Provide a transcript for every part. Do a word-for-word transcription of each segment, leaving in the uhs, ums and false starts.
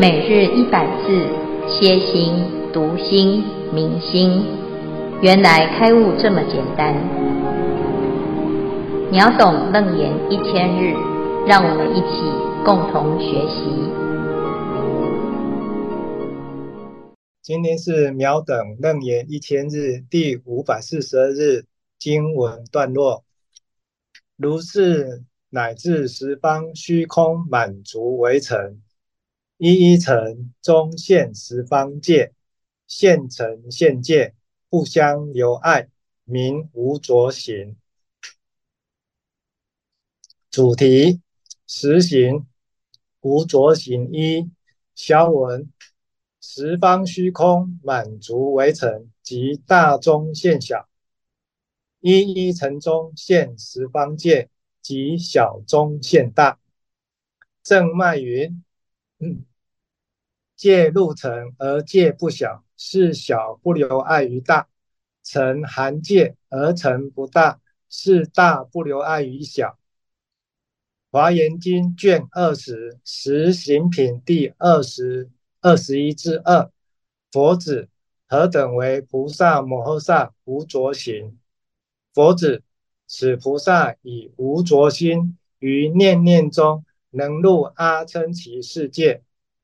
每日一百字，歇心、读心、明心，原来开悟这么简单。秒懂楞严一千日，让我们一起共同学习。 今天是秒懂楞严一千日第五百四十二日经文段落。如是乃至十方虚空满足为成，一一成中现十方界，现成现界不相留碍，名无着行。主题：实行无着行一。消文：十方虚空满足为成，即大中现小，一一成中现十方界，即小中现大。正脉云：嗯界入成而界不小，是小不留碍于大；成含界而成不大，是大不留碍于小。华严经卷二十实行品第二十二十一至二。佛子：何等为菩萨摩诃萨无着行？佛子：此菩萨以无着心，于念念中能入阿僧祇世界。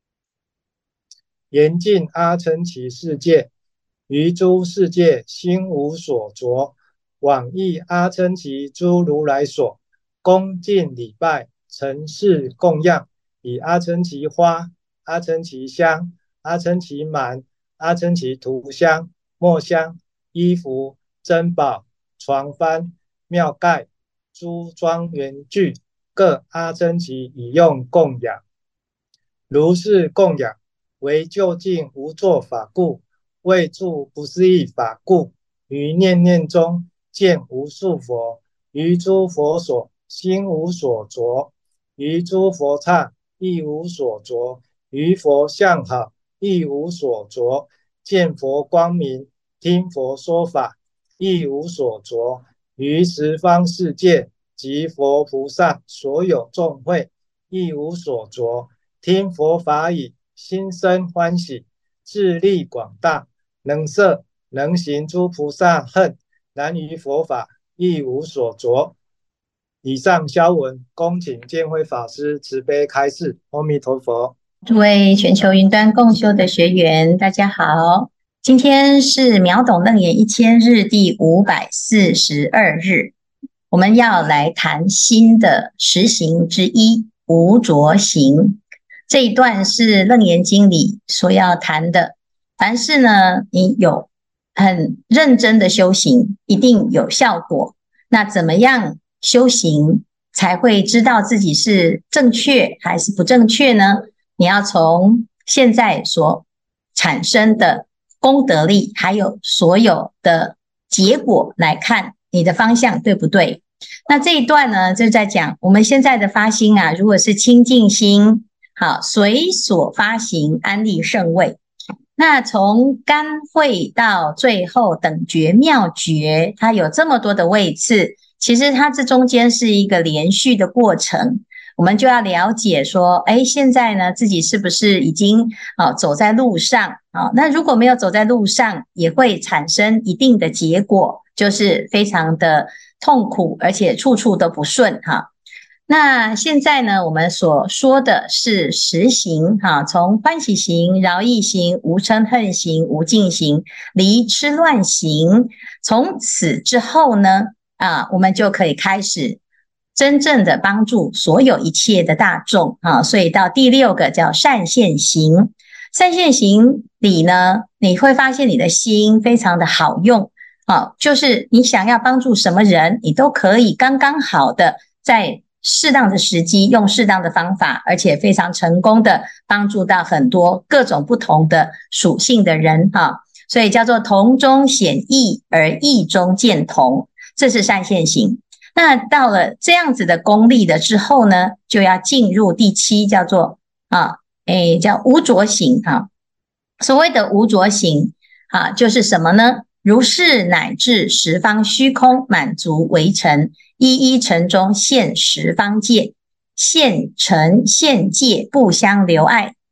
言尽阿僧祇世界，于诸世界心无所着，往诣阿僧祇诸如来所，恭敬礼拜，承事供养，以阿僧祇花、阿僧祇香、阿僧祇满、阿僧祇涂香、末香、衣服、珍宝、床幡、妙盖、诸庄严具，各阿僧祇以用供养。如是供养，为究竟无作法故，为助不思议法故，于念念中见无数佛，于诸佛所心无所着，于诸佛刹亦无所着，于佛相好亦无所着，见佛光明，听佛说法亦无所着，于十方世界及佛菩萨所有众会亦无所着，听佛法语，心生欢喜，智力广大，能摄能行诸菩萨恨，然于佛法亦无所着。以上消文，恭请见辉法师慈悲开示。阿弥陀佛。 诸位全球云端共修的学员，大家好，今天是秒懂楞严一千日第五百四十二日，我们要来谈新的实行之一，无着行。这一段是楞严经里所要谈的，凡是呢你有很认真的修行，一定有效果。那怎么样修行才会知道自己是正确还是不正确呢？你要从现在所产生的功德力，还有所有的结果来看你的方向对不对。那这一段呢就在讲我们现在的发心啊，如果是清净心，好，随所发行，安立圣位。那从甘慧到最后等觉妙觉，它有这么多的位次，其实它这中间是一个连续的过程。我们就要了解说，哎，现在呢自己是不是已经啊走在路上啊？那如果没有走在路上，也会产生一定的结果，就是非常的痛苦，而且处处都不顺哈。那现在呢，我们所说的是实行哈，从欢喜行、饶益行、无嗔恨行、无尽行、离痴乱行，从此之后呢，啊，我们就可以开始真正的帮助所有一切的大众啊。所以到第六个叫善现行，善现行里呢，你会发现你的心非常的好用啊，就是你想要帮助什么人，你都可以刚刚好的在适当的时机，用适当的方法，而且非常成功的帮助到很多各种不同的属性的人哈，所以叫做同中显异而异中见同，这是善现行。那到了这样子的功力了之后呢，就要进入第七，叫做啊，诶，叫无着行哈。所谓的无着行啊，就是什么呢？如是乃至十方虚空满足为成，一一成中现十方界，现成现界不相留碍，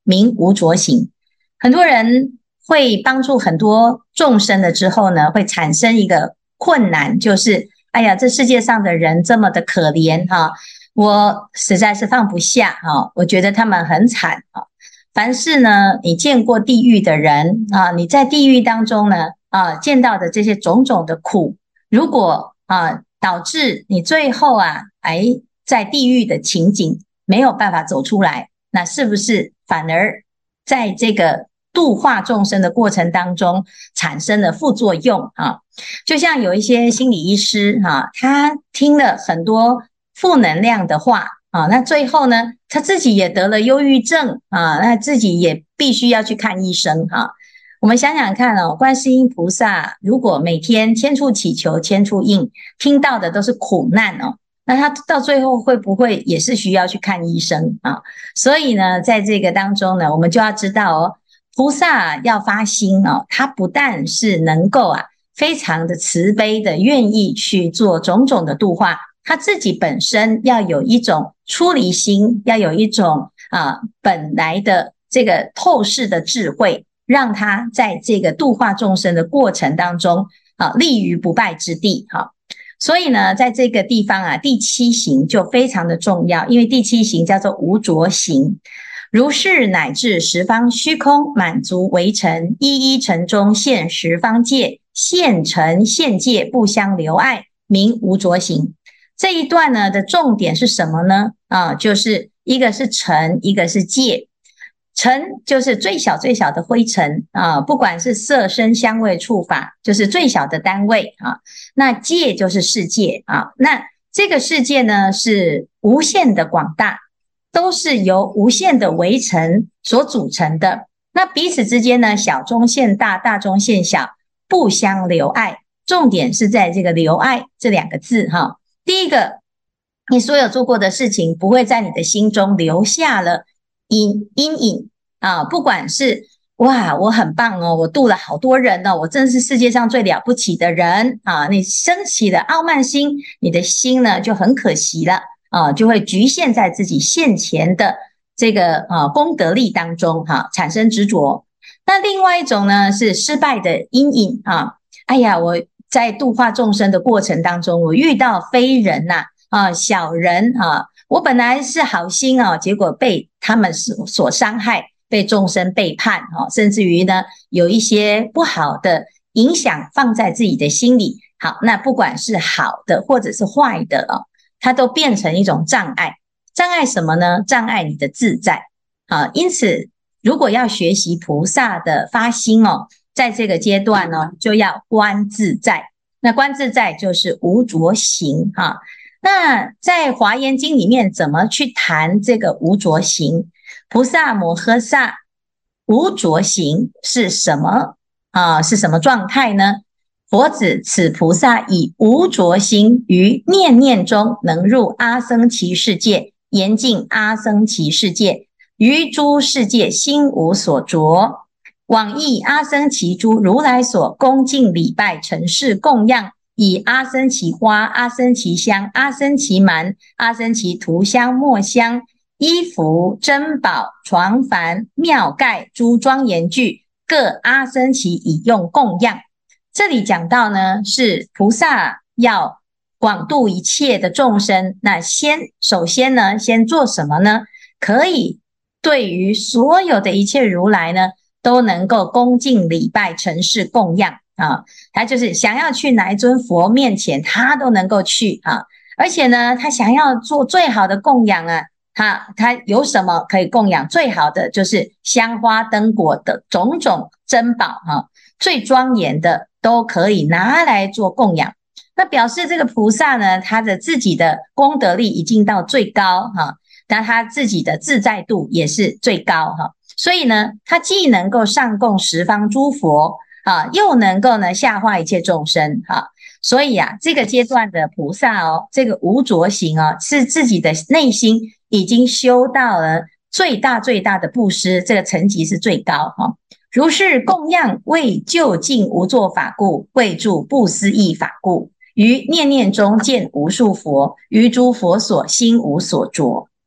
名无着行。很多人会帮助很多众生了之后呢，会产生一个困难，就是哎呀，这世界上的人这么的可怜哈，我实在是放不下哈，我觉得他们很惨啊。凡是呢，你见过地狱的人啊，你在地狱当中呢啊见到的这些种种的苦，如果啊导致你最后啊哎在地狱的情景没有办法走出来，那是不是反而在这个度化众生的过程当中产生了副作用啊？就像有一些心理医师哈、啊，他听了很多负能量的话啊，那最后呢，他自己也得了忧郁症啊，那自己也必须要去看医生哈、啊。我们想想看哦，观世音菩萨如果每天千处祈求千处应，听到的都是苦难哦，那他到最后会不会也是需要去看医生啊？所以呢，在这个当中呢，我们就要知道哦，菩萨要发心哦，他不但是能够啊非常的慈悲的愿意去做种种的度化，他自己本身要有一种出离心，要有一种啊本来的这个透视的智慧，让他在这个度化众生的过程当中啊立于不败之地哈、啊。所以呢，在这个地方啊，第七行就非常的重要，因为第七行叫做无着行。如是乃至十方虚空满足为尘，一一尘中现十方界，现尘现界不相留碍，名无着行。这一段呢的重点是什么呢？啊，就是一个是尘，一个是界。尘就是最小最小的灰尘啊，不管是色声香味触法，就是最小的单位啊。那界就是世界啊，那这个世界呢是无限的广大，都是由无限的微尘所组成的。那彼此之间呢，小中现大，大中现小，不相留碍。重点是在这个留碍这两个字哈。第一个，你所有做过的事情不会在你的心中留下了阴阴影啊，不管是哇我很棒哦，我度了好多人哦，我真是世界上最了不起的人啊，你升起了傲慢心，你的心呢就很可惜了啊，就会局限在自己现前的这个啊功德力当中哈、啊，产生执着。那另外一种呢是失败的阴影啊，哎呀，我在度化众生的过程当中，我遇到非人呐 啊, 啊小人啊，我本来是好心啊，结果被他们所所伤害，被众生背叛啊，甚至于呢有一些不好的影响放在自己的心里。好，那不管是好的或者是坏的啊，它都变成一种障碍。障碍什么呢？障碍你的自在啊。因此，如果要学习菩萨的发心哦，在这个阶段呢，就要观自在。那观自在就是无着行哈、啊。那在华严经里面怎么去谈这个无着行？菩萨摩诃萨无着行是什么啊？是什么状态呢？佛指此菩萨以无着心于念念中能入阿僧祇世界，严禁阿僧祇世界，于诸世界心无所着，往诣阿僧祇诸如来所恭敬礼拜陈事供养，以阿僧祇花、阿僧祇香、阿僧祇蛮、阿僧祇涂香末香、衣服、珍宝、床幡、妙盖、诸庄严具，各阿僧祇以用供养。这里讲到呢，是菩萨要广度一切的众生，那先首先呢，先做什么呢？可以对于所有的一切如来呢，都能够恭敬礼拜陈事供养啊。他就是想要去哪一尊佛面前，他都能够去啊。而且呢，他想要做最好的供养啊，他他有什么可以供养？最好的就是香花灯果的种种珍宝啊，最庄严的都可以拿来做供养。那表示这个菩萨呢，他的自己的功德力已经到最高哈，但他自己的自在度也是最高哈。所以呢，他既能够上供十方诸佛啊，又能够呢下化一切众生哈。所以啊，这个阶段的菩萨哦，这个无着行哦，是自己的内心已经修到了最大最大的布施，这个层级是最高哈。如是供养为究竟无作法故，为助不思议法故，于念念中见无数佛，于诸佛所心无所着。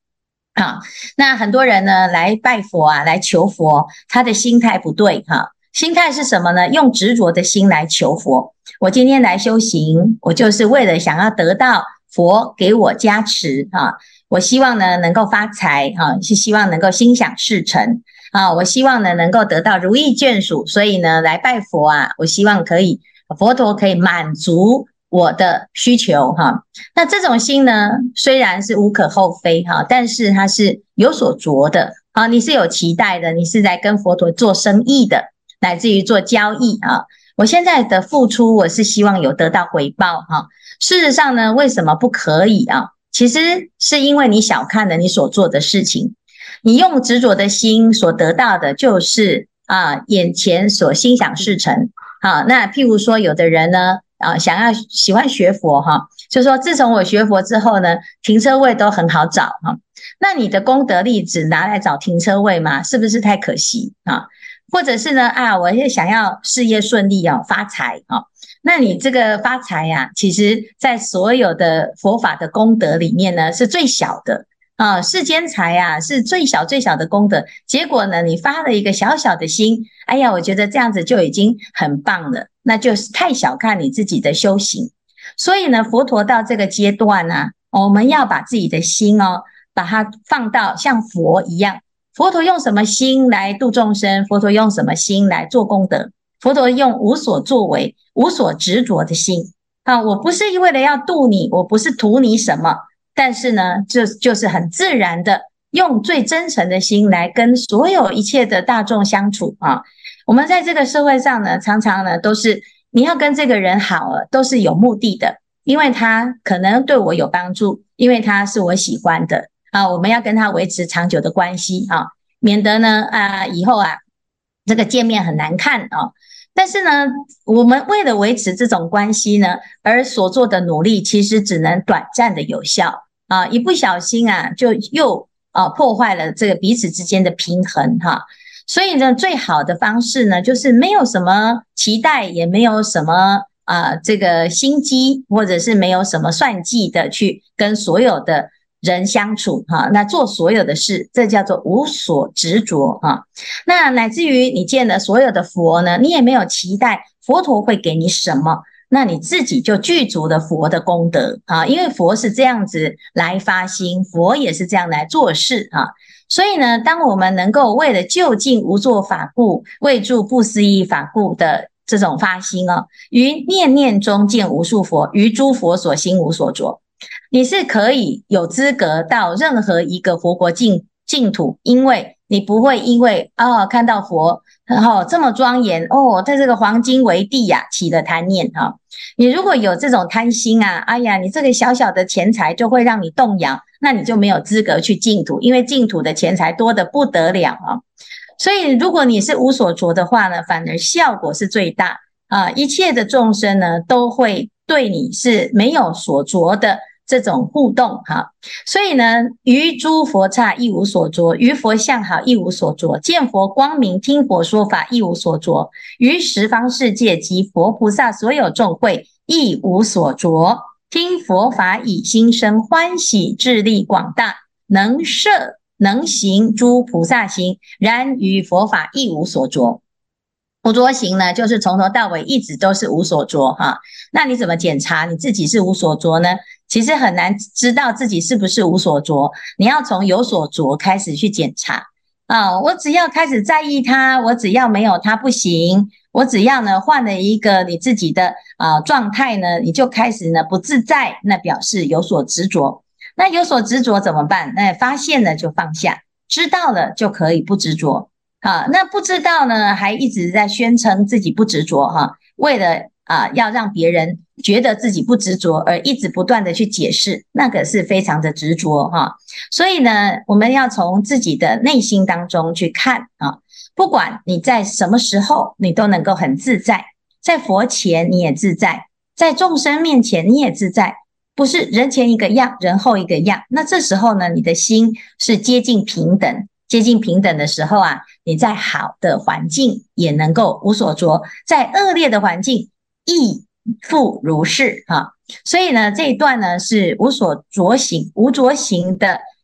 好，那很多人呢来拜佛啊，来求佛，他的心态不对哈。心态是什么呢？用执着的心来求佛。我今天来修行，我就是为了想要得到佛给我加持啊。我希望呢能够发财啊，是希望能够心想事成啊。我希望呢能够得到如意眷属，所以呢来拜佛啊，我希望可以佛陀可以满足我的需求哈。那这种心呢，虽然是无可厚非哈，但是它是有所着的啊。你是有期待的，你是在跟佛陀做生意的，乃至于做交易啊。我现在的付出，我是希望有得到回报哈。事实上呢，为什么不可以啊？其实是因为你小看了你所做的事情，你用执着的心所得到的，就是啊眼前所心想事成。好，那譬如说，有的人呢。啊，想要喜欢学佛哈，就说自从我学佛之后呢，停车位都很好找哈。那你的功德力只拿来找停车位吗？是不是太可惜啊？或者是呢啊，我也想要事业顺利哦，发财啊。那你这个发财呀、啊，其实在所有的佛法的功德里面呢，是最小的。啊，世间财啊，是最小最小的功德。结果呢，你发了一个小小的心，哎呀，我觉得这样子就已经很棒了，那就是太小看你自己的修行。所以呢，佛陀到这个阶段呢、啊，我们要把自己的心哦，把它放到像佛一样。佛陀用什么心来度众生？佛陀用什么心来做功德？佛陀用无所作为、无所执着的心啊！我不是为了要度你，我不是图你什么。但是呢，就就是很自然的用最真诚的心来跟所有一切的大众相处啊。我们在这个社会上呢，常常呢都是你要跟这个人好了，都是有目的的，因为他可能对我有帮助，因为他是我喜欢的啊，我们要跟他维持长久的关系啊，免得呢啊以后啊这个见面很难看啊。但是呢，我们为了维持这种关系呢，而所做的努力，其实只能短暂的有效啊，一不小心啊，就又啊破坏了这个彼此之间的平衡哈。所以呢，最好的方式呢，就是没有什么期待，也没有什么啊这个心机，或者是没有什么算计的去跟所有的人相处哈，那做所有的事，这叫做无所执着哈。那乃至于你见了所有的佛呢，你也没有期待佛陀会给你什么，那你自己就具足了佛的功德啊，因为佛是这样子来发心，佛也是这样来做事啊。所以呢，当我们能够为了就近无作法故，为助不思议法故的这种发心哦，于念念中见无数佛，于诸佛所心无所着。你是可以有资格到任何一个佛国净净土，因为你不会因为哦看到佛然后这么庄严哦，在这个黄金为地呀、啊，起了贪念哈、啊。你如果有这种贪心啊，哎呀，你这个小小的钱财就会让你动摇，那你就没有资格去净土，因为净土的钱财多得不得了啊。所以如果你是无所着的话呢，反而效果是最大啊，一切的众生呢都会对你是没有所着的。这种互动哈，所以呢，于诸佛刹亦无所着，于佛相好亦无所着，见佛光明，听佛说法亦无所着，于十方世界及佛菩萨所有众会亦无所着，听佛法以心生欢喜，智力广大，能摄能行诸菩萨行，然于佛法亦无所着。无着行呢，就是从头到尾一直都是无所着哈。那你怎么检查你自己是无所着呢？其实很难知道自己是不是无所着，你要从有所着开始去检查啊。我只要开始在意它，我只要没有它不行，我只要呢换了一个你自己的啊状态呢，你就开始呢不自在，那表示有所执着。那有所执着怎么办？那发现了就放下，知道了就可以不执着。啊，那不知道呢，还一直在宣称自己不执着哈，为了啊要让别人觉得自己不执着，而一直不断的去解释，那个是非常的执着哈。所以呢，我们要从自己的内心当中去看啊，不管你在什么时候，你都能够很自在，在佛前你也自在，在众生面前你也自在，不是人前一个样，人后一个样。那这时候呢，你的心是接近平等。接近平等的时候啊，你在好的环境也能够无所着，在恶劣的环境亦复如是啊。所以呢，这一段呢是无所着行、无着行的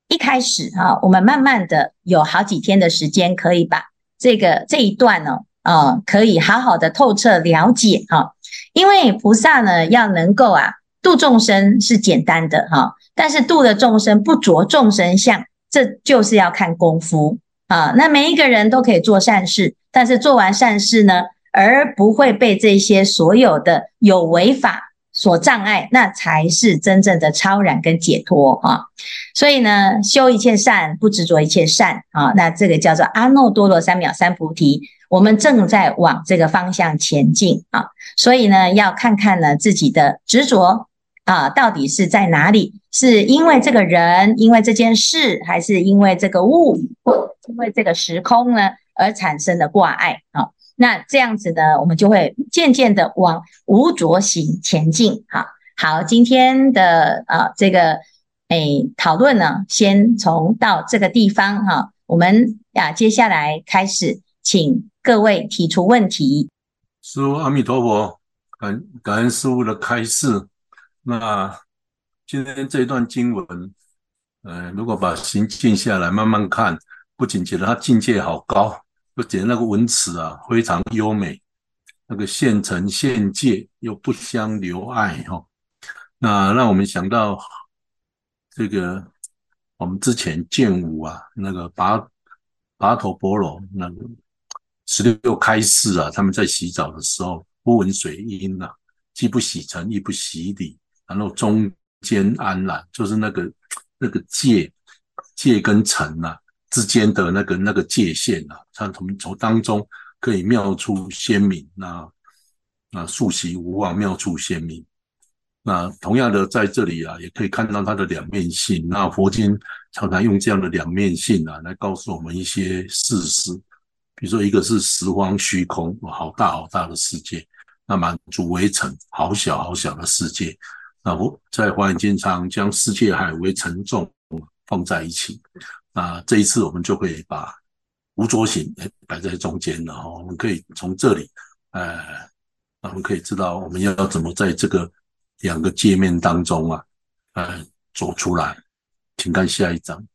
一开始啊，我们慢慢的有好几天的时间，可以把这个这一段呢、哦，呃，可以好好的透彻了解哈、哦。因为菩萨呢，要能够啊度众生是简单的哈、哦，但是度的众生不着众生相，这就是要看功夫啊。那每一个人都可以做善事，但是做完善事呢，而不会被这些所有的有为法所障碍，那才是真正的超然跟解脱啊！所以呢，修一切善，不执着一切善啊，那这个叫做阿耨多罗三藐三菩提。我们正在往这个方向前进啊，所以呢，要看看呢自己的执着啊，到底是在哪里？是因为这个人，因为这件事，还是因为这个物，或因为这个时空呢而产生的挂碍啊？那这样子呢，我们就会渐渐的往无着行前进。好，好，今天的啊这个诶讨论呢，先从到这个地方哈，我们呀接下来开始，请各位提出问题。 师父阿弥陀佛，感感恩师父的开示。那今天这一段经文，呃，如果把心静下来慢慢看，不仅觉得它境界好高，就觉得那个文词啊非常优美，那个现成现界又不相留碍哈、哦。那让我们想到这个我们之前剑舞啊，那个拔拔头波罗那个十六开示啊，他们在洗澡的时候不闻水音啊，既不洗尘亦不洗礼，然后中间安然，就是那个那个界界跟尘啊之间的那个那个界限啊，它从从当中可以妙处鲜明，那那素习无忘，妙处鲜明。那同样的，在这里啊，也可以看到它的两面性。那佛经常常用这样的两面性啊，来告诉我们一些事实。比如说，一个是十方虚空，好大好大的世界；那满足为尘，好小好小的世界。那我在华严经常将世界海为尘众放在一起。那这一次我们就可以把无着行摆在中间了哈。我们可以从这里，呃，我们可以知道我们要怎么在这个两个界面当中啊，呃，走出来。请看下一章。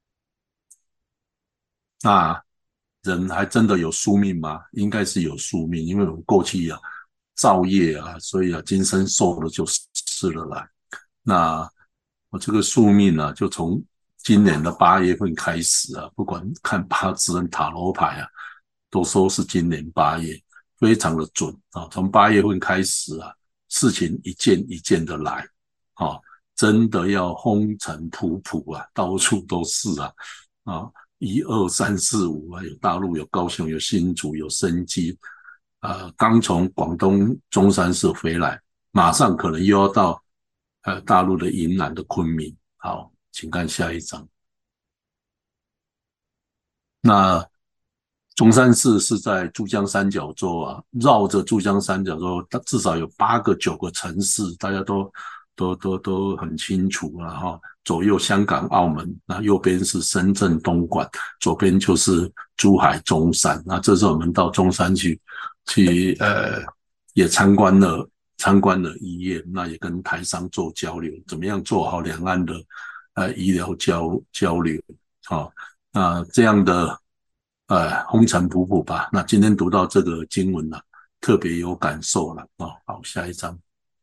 那人还真的有宿命吗？应该是有宿命，因为我们过去啊造业啊，所以啊今生受了就吃了来。那我这个宿命啊，就从今年的八月份开始啊，不管看八字跟塔罗牌啊，都说是今年八月，非常的准啊。从八月份开始啊，事情一件一件的来啊，真的要风尘仆仆啊，到处都是啊啊。一二三四五啊，有大陆，有高雄，有新竹，有生机，呃，刚从广东中山市回来，马上可能又要到呃大陆的云南的昆明。好，请看下一章。那中山市是在珠江三角洲啊，绕着珠江三角洲，至少有八个九个城市，大家都都都都很清楚了哈。左右香港、澳门，那右边是深圳、东莞，左边就是珠海、中山。那这次我们到中山去，去呃也参观了参观了医院，那也跟台商做交流，怎么样做好两岸的呃医疗交交流。好、哦，那这样的呃风尘仆仆吧。那今天读到这个经文呢、啊，特别有感受了啊、哦。好，下一章。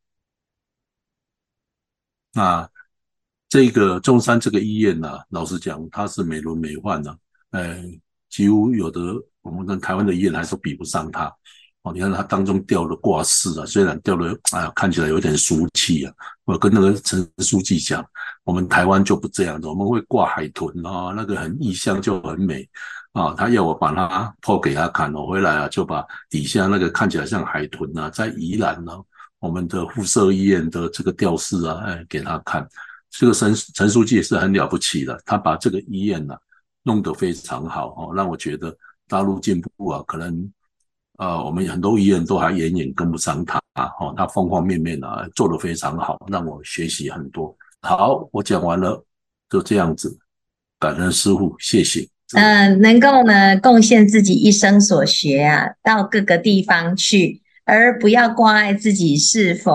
那这个中山这个医院呢、啊，老实讲，它是美轮美奂的、啊，呃，几乎有的我们跟台湾的医院还是比不上它。哦，你看它当中吊的挂饰啊，虽然吊的哎呀看起来有点俗气啊。我跟那个陈书记讲，我们台湾就不这样子，我们会挂海豚啊，那个很意象就很美啊。他要我把它剖给他看，我回来啊就把底下那个看起来像海豚啊，在宜兰呢、啊，我们的附设医院的这个吊饰啊，哎给他看。这个陈陈书记也是很了不起的，他把这个医院啊弄得非常好哦，让我觉得大陆进步啊，可能呃我们很多医院都还远远跟不上他哦，他方方面面啊做得非常好，让我学习很多。好，我讲完了，就这样子，感恩师父，谢谢。 嗯、呃，能够呢贡献自己一生所学啊，到各个地方去，而不要挂碍自己是否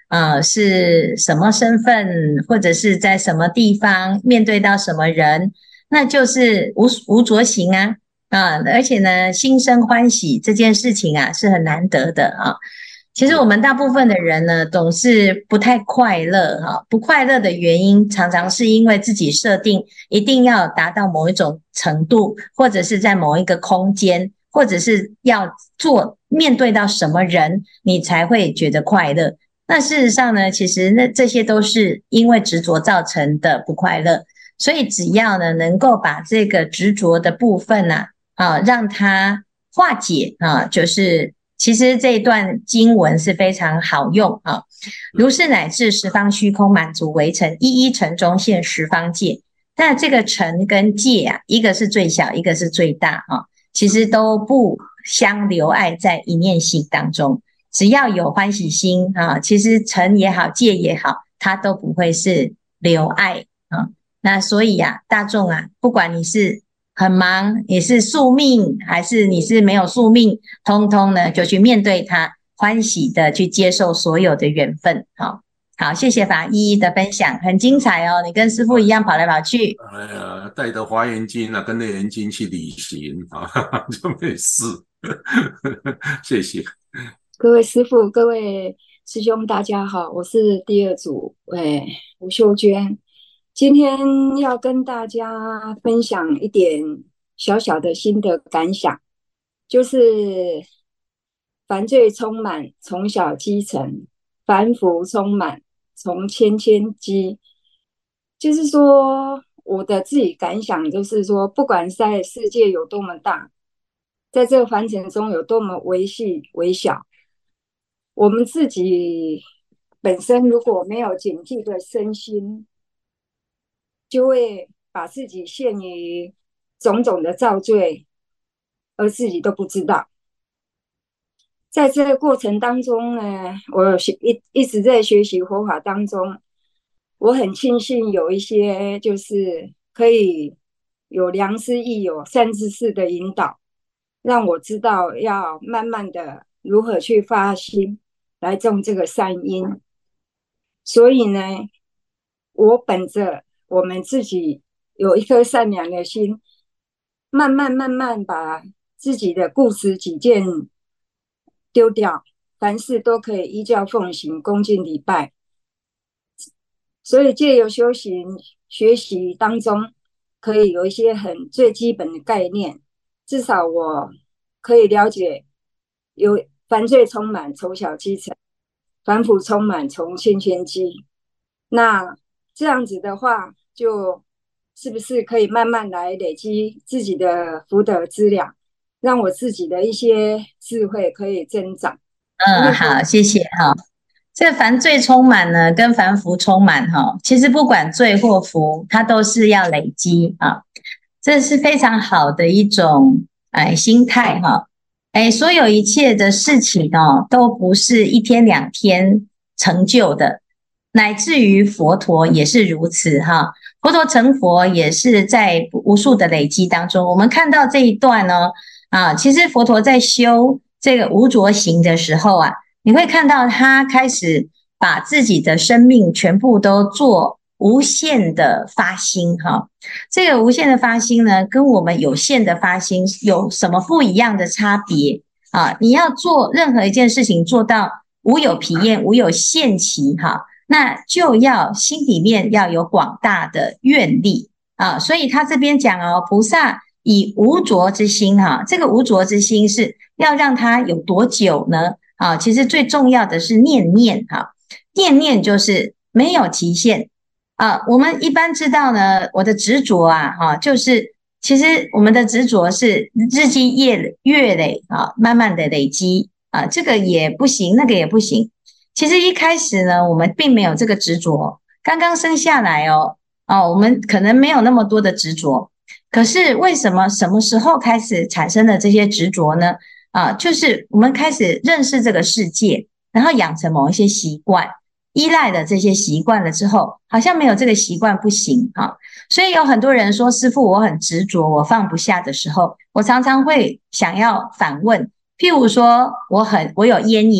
呃是什么身份，或者是在什么地方面对到什么人，那就是无无着行啊啊，而且呢心生欢喜这件事情啊是很难得的啊。其实我们大部分的人呢，总是不太快乐哈、不快乐的原因，常常是因为自己设定一定要达到某一种程度，或者是在某一个空间，或者是要做面对到什么人，你才会觉得快乐。那事实上呢，其实那这些都是因为执着造成的不快乐。所以只要呢，能够把这个执着的部分呢、啊，啊，让它化解啊，就是其实这一段经文是非常好用啊。如是乃至十方虚空满足为尘，一一尘中现十方界。但这个尘跟界啊，一个是最小，一个是最大啊，其实都不相留碍在一念心当中。只要有欢喜心啊，其实尘也好，界也好，它都不会是留碍啊。那所以啊，大众啊，不管你是很忙，你是宿命，还是你是没有宿命，通通呢就去面对它，欢喜的去接受所有的缘分。好，好，谢谢法医的分享，很精彩哦。你跟师父一样跑来跑去。 哎呀，带着华严经啊，跟内严经去旅行啊，就没事。谢谢各位师父、各位师兄，大家好，我是第二组，哎，吴秀娟。今天要跟大家分享一点小小的心得感想，就是凡罪充满，从小积成；凡福充满，从千千积。就是说，我的自己感想就是说，不管在世界有多么大，在这个凡尘中有多么微细微小，我们自己本身如果没有警惕的身心，就会把自己陷于种种的造罪，而自己都不知道。在这个过程当中呢，我一一直在学习佛法当中，我很庆幸有一些就是可以有良师益友、善知识的引导，让我知道要慢慢的如何去发心来种这个善因。所以呢，我本着我们自己有一颗善良的心，慢慢慢慢把自己的固执己见丢掉，凡事都可以依教奉行，恭敬礼拜。所以借由修行学习当中，可以有一些很最基本的概念，至少我可以了解，有凡罪充满，从小积成；凡福充满，从千千积。那这样子的话，就是不是可以慢慢来累积自己的福德资粮，让我自己的一些智慧可以增长。 嗯，好，谢谢哈。这凡罪充满呢，跟凡福充满哈，其实不管罪或福，它都是要累积啊，这是非常好的一种哎心态哈。哎，所有一切的事情哦，都不是一天两天成就的，乃至于佛陀也是如此哈。佛陀成佛也是在无数的累积当中。我们看到这一段呢，啊，其实佛陀在修这个无着行的时候啊，你会看到他开始把自己的生命全部都做无限的发心哈。这个无限的发心呢，跟我们有限的发心有什么不一样的差别啊？你要做任何一件事情做到无有疲厌、无有限期哈，那就要心里面要有广大的愿力啊。所以他这边讲哦，菩萨以无着之心哈，这个无着之心是要让它有多久呢？啊，其实最重要的是念念哈，念念就是没有极限啊。我们一般知道呢，我的执着啊，哈，就是其实我们的执着是日积月月累啊，慢慢的累积啊，这个也不行，那个也不行。其实一开始呢，我们并没有这个执着，刚刚生下来哦，哦，我们可能没有那么多的执着。可是为什么什么时候开始产生的这些执着呢？啊，就是我们开始认识这个世界，然后养成某一些习惯，依赖了这些习惯了之后，好像没有这个习惯不行啊。所以有很多人说，师父，我很执着，我放不下的时候，我常常会想要反问，譬如说，我很我有烟瘾，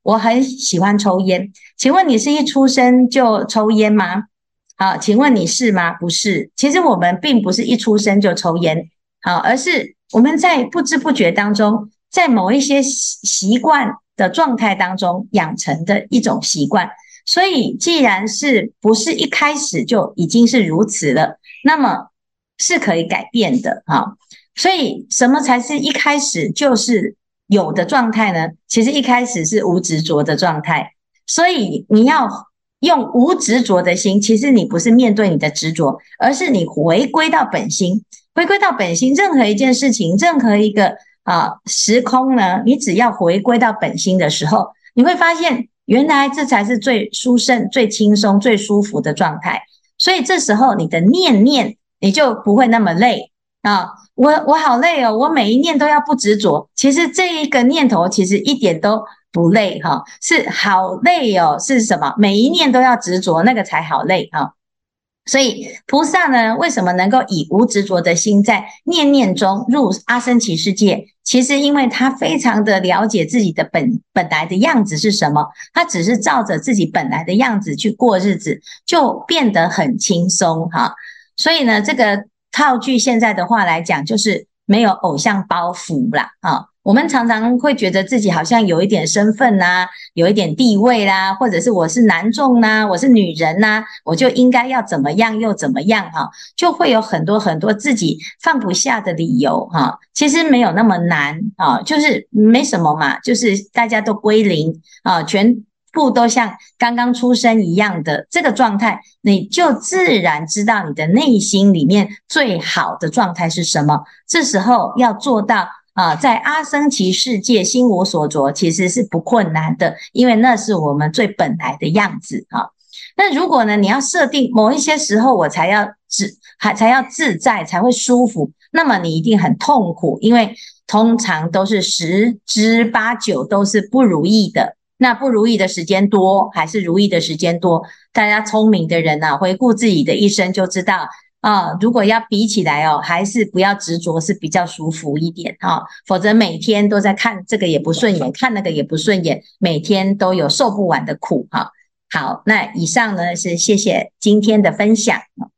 我很喜欢抽烟，请问你是一出生就抽烟吗？好，请问你是吗？不是。其实我们并不是一出生就抽烟，好，而是我们在不知不觉当中，在某一些习惯的状态当中养成的一种习惯。所以既然是不是一开始就已经是如此了，那么是可以改变的哈。所以什么才是一开始就是有的状态呢？其实一开始是无执着的状态，所以你要用无执着的心，其实你不是面对你的执着，而是你回归到本心。回归到本心，任何一件事情，任何一个啊时空呢，你只要回归到本心的时候，你会发现原来这才是最殊胜、最轻松、最舒服的状态。所以这时候你的念念你就不会那么累啊。我我好累哦，我每一念都要不执着。其实这一个念头其实一点都不累哈，是好累哦。是什么？每一念都要执着，那个才好累啊。所以菩萨呢，为什么能够以无执着的心在念念中入阿僧祇世界？其实因为他非常的了解自己的本本来的样子是什么，他只是照着自己本来的样子去过日子，就变得很轻松哈。所以呢，这个套句现在的话来讲，就是没有偶像包袱啦啊。我们常常会觉得自己好像有一点身份啦，有一点地位啦，或者是我是男众啦，我是女人啦，我就应该要怎么样又怎么样哈，就会有很多很多自己放不下的理由哈。其实没有那么难啊，就是没什么嘛，就是大家都归零啊，全部都像刚刚出生一样的这个状态，你就自然知道你的内心里面最好的状态是什么。这时候要做到啊，在阿僧祇世界心无所着，其实是不困难的，因为那是我们最本来的样子啊。那如果呢，你要设定某一些时候我才要自还才要自在才会舒服，那么你一定很痛苦，因为通常都是十之八九都是不如意的。那不如意的时间多还是如意的时间多？大家聪明的人啊，回顾自己的一生就知道啊，如果要比起来哦，还是不要执着是比较舒服一点啊，否则每天都在看这个也不顺眼，看那个也不顺眼，每天都有受不完的苦哈。好，那以上呢是谢谢今天的分享。